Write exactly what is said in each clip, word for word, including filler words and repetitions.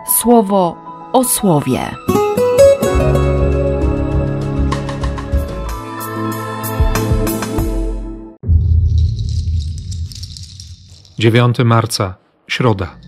Słowo o słowie. dziewiątego marca, środa.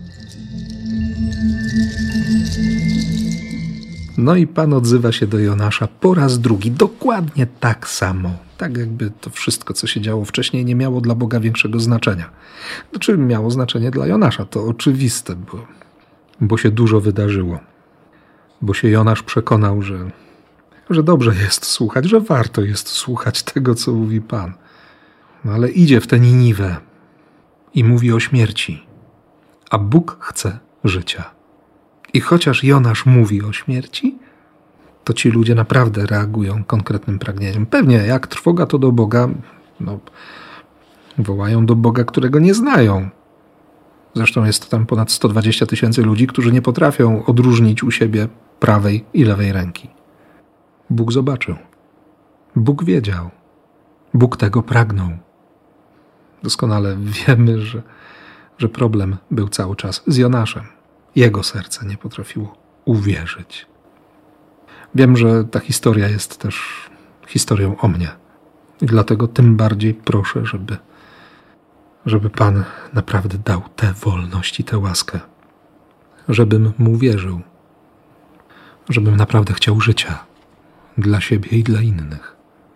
No i Pan odzywa się do Jonasza po raz drugi, dokładnie tak samo. Tak jakby to wszystko, co się działo wcześniej, nie miało dla Boga większego znaczenia. Znaczy miało znaczenie dla Jonasza, to oczywiste, bo, bo się dużo wydarzyło. Bo się Jonasz przekonał, że, że dobrze jest słuchać, że warto jest słuchać tego, co mówi Pan. No ale idzie w tę Niniwę i mówi o śmierci, a Bóg chce życia. I chociaż Jonasz mówi o śmierci, to ci ludzie naprawdę reagują konkretnym pragnieniem. Pewnie jak trwoga to do Boga, no, wołają do Boga, którego nie znają. Zresztą jest tam ponad sto dwadzieścia tysięcy ludzi, którzy nie potrafią odróżnić u siebie prawej i lewej ręki. Bóg zobaczył. Bóg wiedział. Bóg tego pragnął. Doskonale wiemy, że, że problem był cały czas z Jonaszem. Jego serce nie potrafiło uwierzyć. Wiem, że ta historia jest też historią o mnie. I dlatego tym bardziej proszę, żeby, żeby Pan naprawdę dał tę wolność i tę łaskę. Żebym Mu wierzył. Żebym naprawdę chciał życia. Dla siebie i dla innych.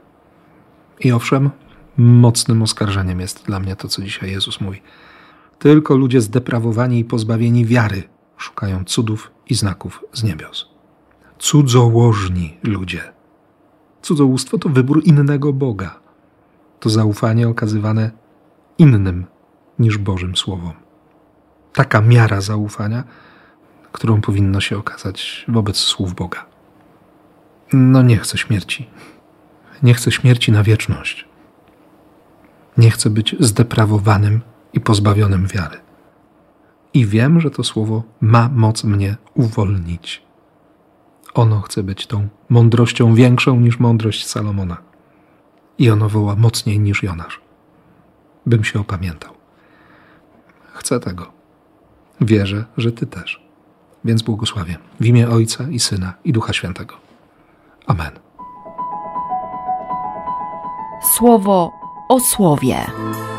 I owszem, mocnym oskarżeniem jest dla mnie to, co dzisiaj Jezus mówi. Tylko ludzie zdeprawowani i pozbawieni wiary szukają cudów i znaków z niebios. Cudzołożni ludzie. Cudzołóstwo to wybór innego Boga. To zaufanie okazywane innym niż Bożym Słowom. Taka miara zaufania, którą powinno się okazać wobec słów Boga. No nie chcę śmierci. Nie chcę śmierci na wieczność. Nie chcę być zdeprawowanym i pozbawionym wiary. I wiem, że to słowo ma moc mnie uwolnić. Ono chce być tą mądrością większą niż mądrość Salomona. I ono woła mocniej niż Jonasz. Bym się opamiętał. Chcę tego. Wierzę, że Ty też. Więc błogosławię. W imię Ojca i Syna i Ducha Świętego. Amen. Słowo o słowie.